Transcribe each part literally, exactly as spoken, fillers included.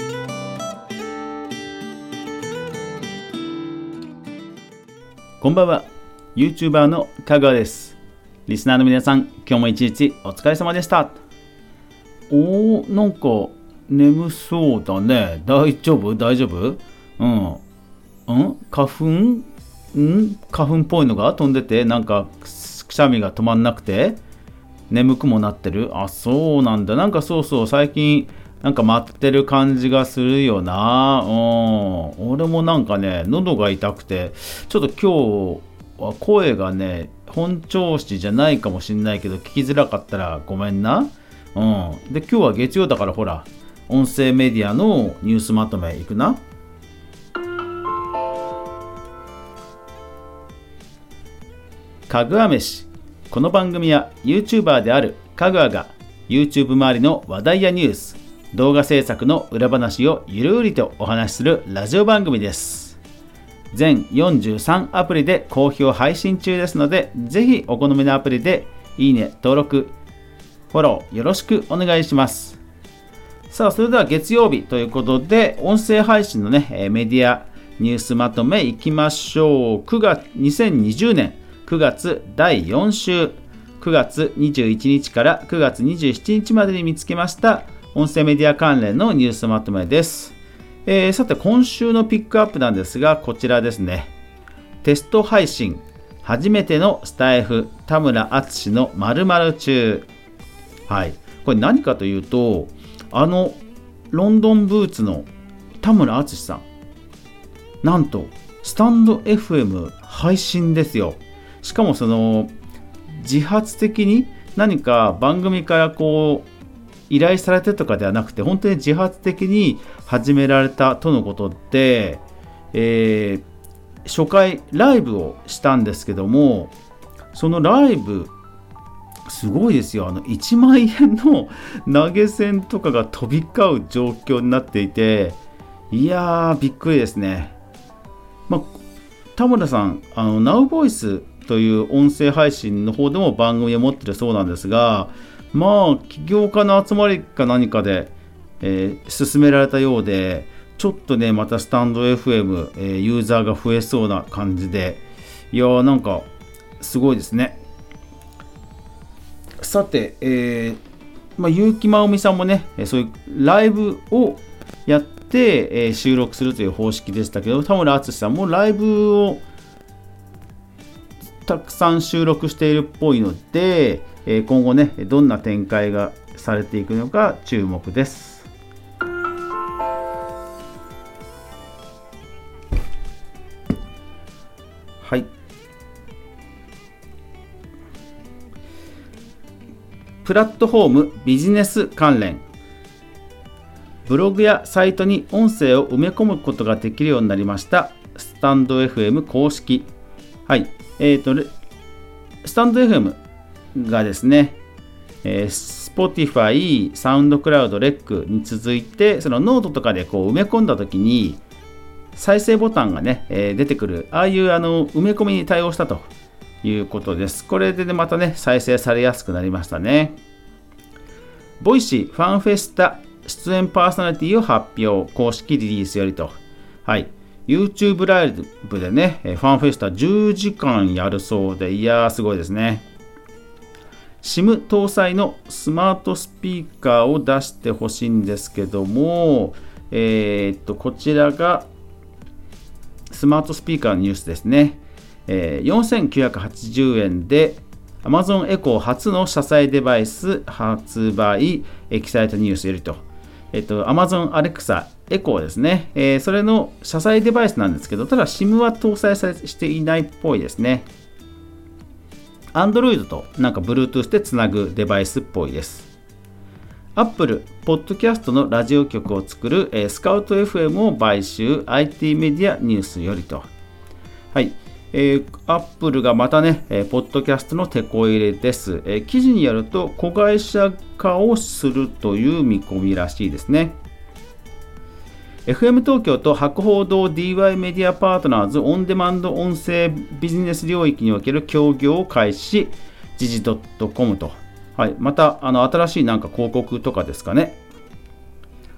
こんばんは、YouTuber のかぐわです。リスナーの皆さん、今日も一日お疲れ様でした。おー、なんか眠そうだね。大丈夫大丈夫うん。うん花粉ん花粉っぽいのが飛んでて、なんかくしゃみが止まんなくて、眠くもなってる。あ、そうなんだ。なんかそうそう、最近、なんか待ってる感じがするよな。うん。俺もなんかね、喉が痛くて、ちょっと今日は声がね、本調子じゃないかもしんないけど、聞きづらかったらごめんな。うん。で、今日は月曜だからほら、音声メディアのニュースまとめいくな。かぐわ飯。この番組は YouTuber であるかぐわが YouTube 周りの話題やニュース、動画制作の裏話をゆるりとお話しするラジオ番組です。全よんじゅうさんアプリで好評配信中ですので、ぜひお好みのアプリでいいね、登録、フォローよろしくお願いします。さあ、それでは月曜日ということで、音声配信のね、メディアニュースまとめいきましょう。くがつにせんにじゅうねんくがつだいよん週、くがつにじゅういちにちからくがつにじゅうしちにちまでに見つけました音声メディア関連のニュースまとめです。えー、さて今週のピックアップなんですが、こちらですね。テスト配信初めてのスタイフ田村淳の〇〇中。はい、これ何かというと、あのロンドンブーツの田村淳さん、なんとスタンド エフエム 配信ですよ。しかもその自発的に何か番組からこう依頼されてとかではなくて、本当に自発的に始められたとのことで、えー、初回ライブをしたんですけども、そのライブすごいですよ。あのいちまんえんの投げ銭とかが飛び交う状況になっていて、いやーびっくりですね。まあ、田村さん、あの Now Voice という音声配信の方でも番組を持ってるそうなんですが、まあ起業家の集まりか何かで、えー、進められたようで、ちょっとねまたスタンド エフエム、えー、ユーザーが増えそうな感じで、いやーなんかすごいですね。さて、えーまあ、結城まおみさんもね、そういうライブをやって、えー、収録するという方式でしたけど、田村淳さんもライブをたくさん収録しているっぽいので、えー、今後ねどんな展開がされていくのか注目です。はい。プラットフォームビジネス関連。ブログやサイトに音声を埋め込むことができるようになりましたスタンド エフエム 公式。はい。えーと、スタンド エフエム がですね、えー、Spotify、SoundCloud、レック に続いて、そのノートとかでこう埋め込んだときに再生ボタンがね、えー、出てくる、ああいうあの埋め込みに対応したということです。これでまたね再生されやすくなりましたね。ボイシーファンフェスタ出演パーソナリティを発表、公式リリースよりと。はい。YouTube ライブでね、ファンフェスタじゅうじかんやるそうで、いやーすごいですね。SIM 搭載のスマートスピーカーを出してほしいんですけども、えー、っとこちらがスマートスピーカーのニュースですね。えー、よんせんきゅうひゃくはちじゅうえんで Amazon Echo 初の車載デバイス発売、記載とニュースよりと。えっと、Amazon Alexa Echo ですね、えー。それの車載デバイスなんですけど、ただ SIM は搭載されしていないっぽいですね。Android となんか Bluetooth でつなぐデバイスっぽいです。Apple Podcast のラジオ局を作る、えー、スカウト エフエム を買収、アイティー メディアニュースよりと。はい。えー、Apple がまたね、えー、ポッドキャストのテこ入れです、えー。記事によると、子会社化をするという見込みらしいですね。エフエム 東京と博報堂 ディーワイ メディアパートナーズオンデマンド音声ビジネス領域における協業を開始、時事 .com と。はい。また、あの、新しいなんか広告とかですかね。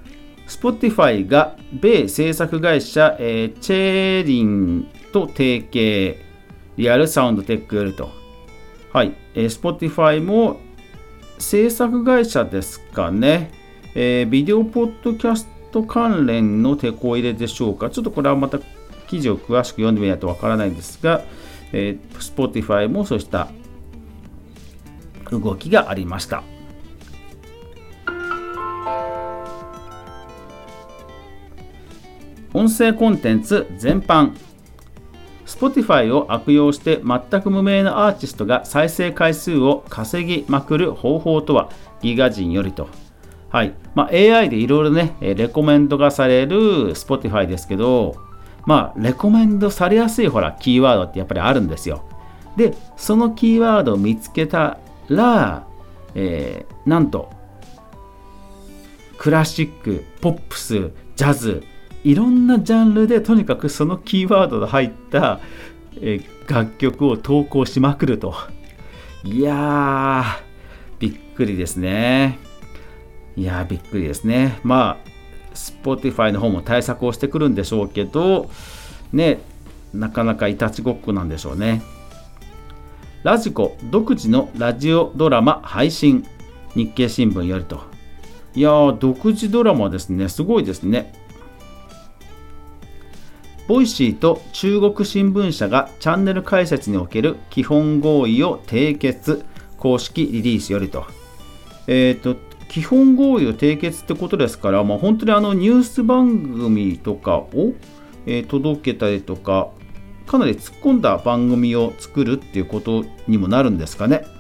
Spotify が米制作会社、えー、チェリンと提携、リアルサウンドテックよりと。はい、えー、Spotify も制作会社ですかね。えー、ビデオポッドキャスト関連のテこ入れでしょうか。ちょっとこれはまた記事を詳しく読んでみないとわからないんですが、えー、Spotify もそうした動きがありました。音声コンテンツ全般。Spotify を悪用して全く無名なアーティストが再生回数を稼ぎまくる方法とは、ギガ人よりと。はい。まあ、エーアイ でいろいろね、レコメンドがされる Spotify ですけど、まあ、レコメンドされやすいほら、キーワードってやっぱりあるんですよ。で、そのキーワードを見つけたら、えー、なんと、クラシック、ポップス、ジャズ、いろんなジャンルでとにかくそのキーワードが入った、えー、楽曲を投稿しまくると。いやー、びっくりですね。いやー、びっくりですね。まあ、Spotify の方も対策をしてくるんでしょうけど、ね、なかなかいたちごっこなんでしょうね。ラジコ独自のラジオドラマ配信、日経新聞よりと。いやー、独自ドラマですね。すごいですね。ボイシーと中国新聞社がチャンネル開設における基本合意を締結、公式リリースよりと。えっと、基本合意を締結ってことですから、まあ、本当にあのニュース番組とかを、えー、届けたりとか、かなり突っ込んだ番組を作るっていうことにもなるんですかね。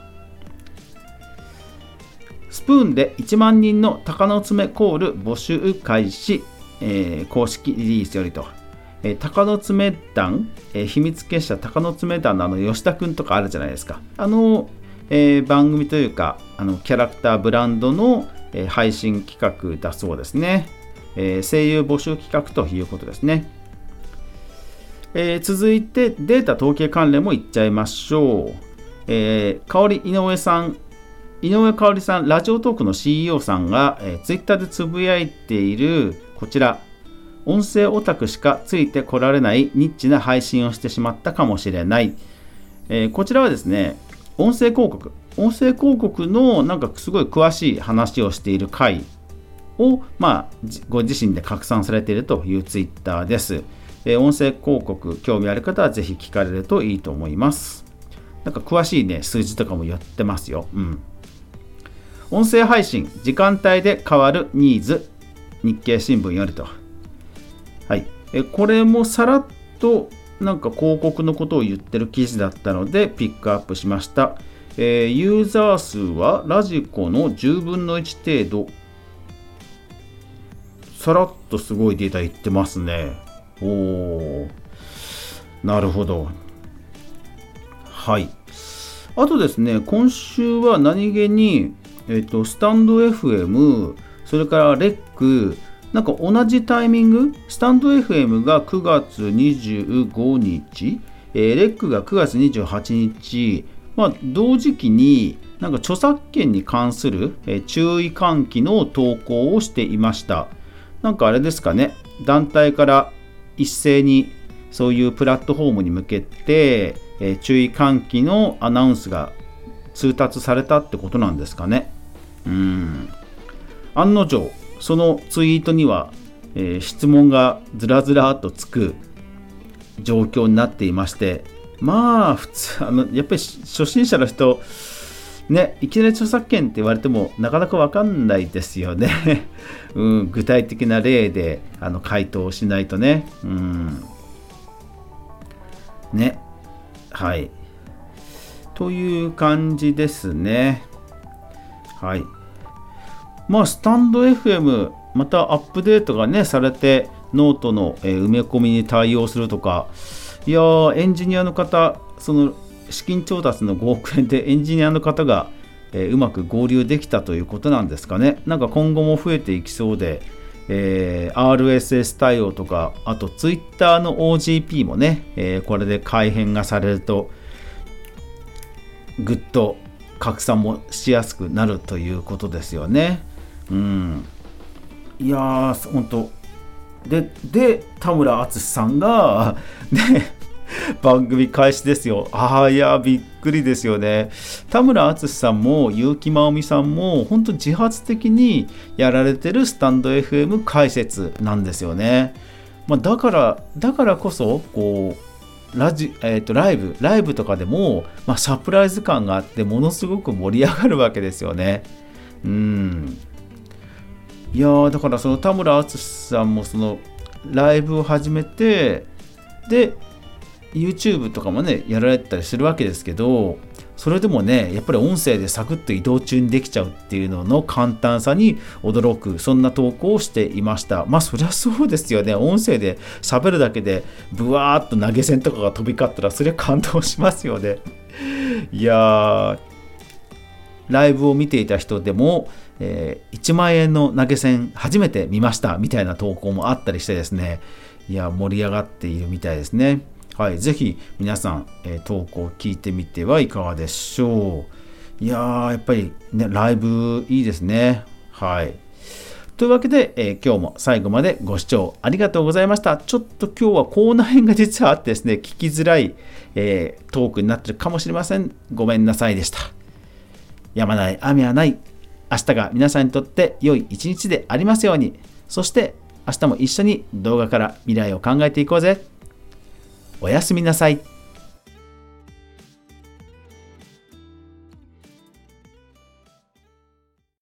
スプーンでいちまんにんの鷹の爪コール募集開始、えー、公式リリースよりと。えー、鷹の爪団、えー、秘密結社鷹の爪団のあの吉田くんとかあるじゃないですか。あの、えー、番組というかあのキャラクターブランドの、えー、配信企画だそうですね、えー。声優募集企画ということですね。えー、続いてデータ統計関連もいっちゃいましょう。えー、香り井上さん、井上香織さん、ラジオトークの シーイーオー さんが、えー、ツイッターでつぶやいているこちら、音声オタクしかついてこられないニッチな配信をしてしまったかもしれない。えー、こちらはですね、音声広告、音声広告のなんかすごい詳しい話をしている回を、まあ、ご自身で拡散されているというツイッターです。えー、音声広告、興味ある方はぜひ聞かれるといいと思います。なんか詳しいね、数字とかも言ってますよ。うん。音声配信、時間帯で変わるニーズ、日経新聞よりと。はい、えこれもさらっとなんか広告のことを言ってる記事だったのでピックアップしました。えー、ユーザー数はラジコのじゅうぶんのいち程度。さらっとすごいデータ言ってますね。おー、なるほど。はい。あとですね、今週は何気に、えっと、スタンド エフエム、それからレック、なんか同じタイミング、スタンド エフエムがくがつにじゅうごにち、えー、レックがくがつにじゅうはちにち、まあ、同時期になんか著作権に関する、えー、注意喚起の投稿をしていました。なんかあれですかね、団体から一斉にそういうプラットフォームに向けて、えー、注意喚起のアナウンスが通達されたってことなんですかね。うーん。案の定、そのツイートには、えー、質問がずらずらっとつく状況になっていまして、まあ普通あのやっぱり初心者の人ね、いきなり著作権って言われてもなかなか分かんないですよね、うん、具体的な例であの回答をしないとね、うん、ね、はい、という感じですね。はい。まあ、スタンド エフエム またアップデートがねされてノートの、えー、埋め込みに対応するとか、いやーエンジニアの方、その資金調達のごおくえんでエンジニアの方が、えー、うまく合流できたということなんですかね。なんか今後も増えていきそうで、えー、アールエスエス 対応とか、あと Twitter の オージーピー もね、えー、これで改変がされるとぐっと拡散もしやすくなるということですよね。うん、 いやー本当でで田村淳さんがね番組開始ですよ。ああ、いやびっくりですよね。田村淳さんも結城まおみさんも本当自発的にやられてるスタンド エフエム 解説なんですよね。まあ、だからだからこそこうラジ、えーと、ライブライブとかでも、まあ、サプライズ感があってものすごく盛り上がるわけですよね。うんいやーだからその田村淳さんもそのライブを始めてで YouTube とかもねやられたりするわけですけど、それでもねやっぱり音声でサクッと移動中にできちゃうっていうのの簡単さに驚く、そんな投稿をしていました。まあそりゃそうですよね。音声で喋るだけでブワーっと投げ銭とかが飛び交ったらそりゃ感動しますよね。いやーライブを見ていた人でも、えー、いちまんえんの投げ銭初めて見ましたみたいな投稿もあったりしてですね、いや盛り上がっているみたいですね。はい、ぜひ皆さん、えー、投稿聞いてみてはいかがでしょう。いやーやっぱりねライブいいですね。はい。というわけで、えー、今日も最後までご視聴ありがとうございました。ちょっと今日はコーナー編が実はあってですね、聞きづらい、えー、トークになってるかもしれません。ごめんなさいでした。やまない雨はない。明日が皆さんにとって良い一日でありますように。そして明日も一緒に動画から未来を考えていこうぜ。おやすみなさい。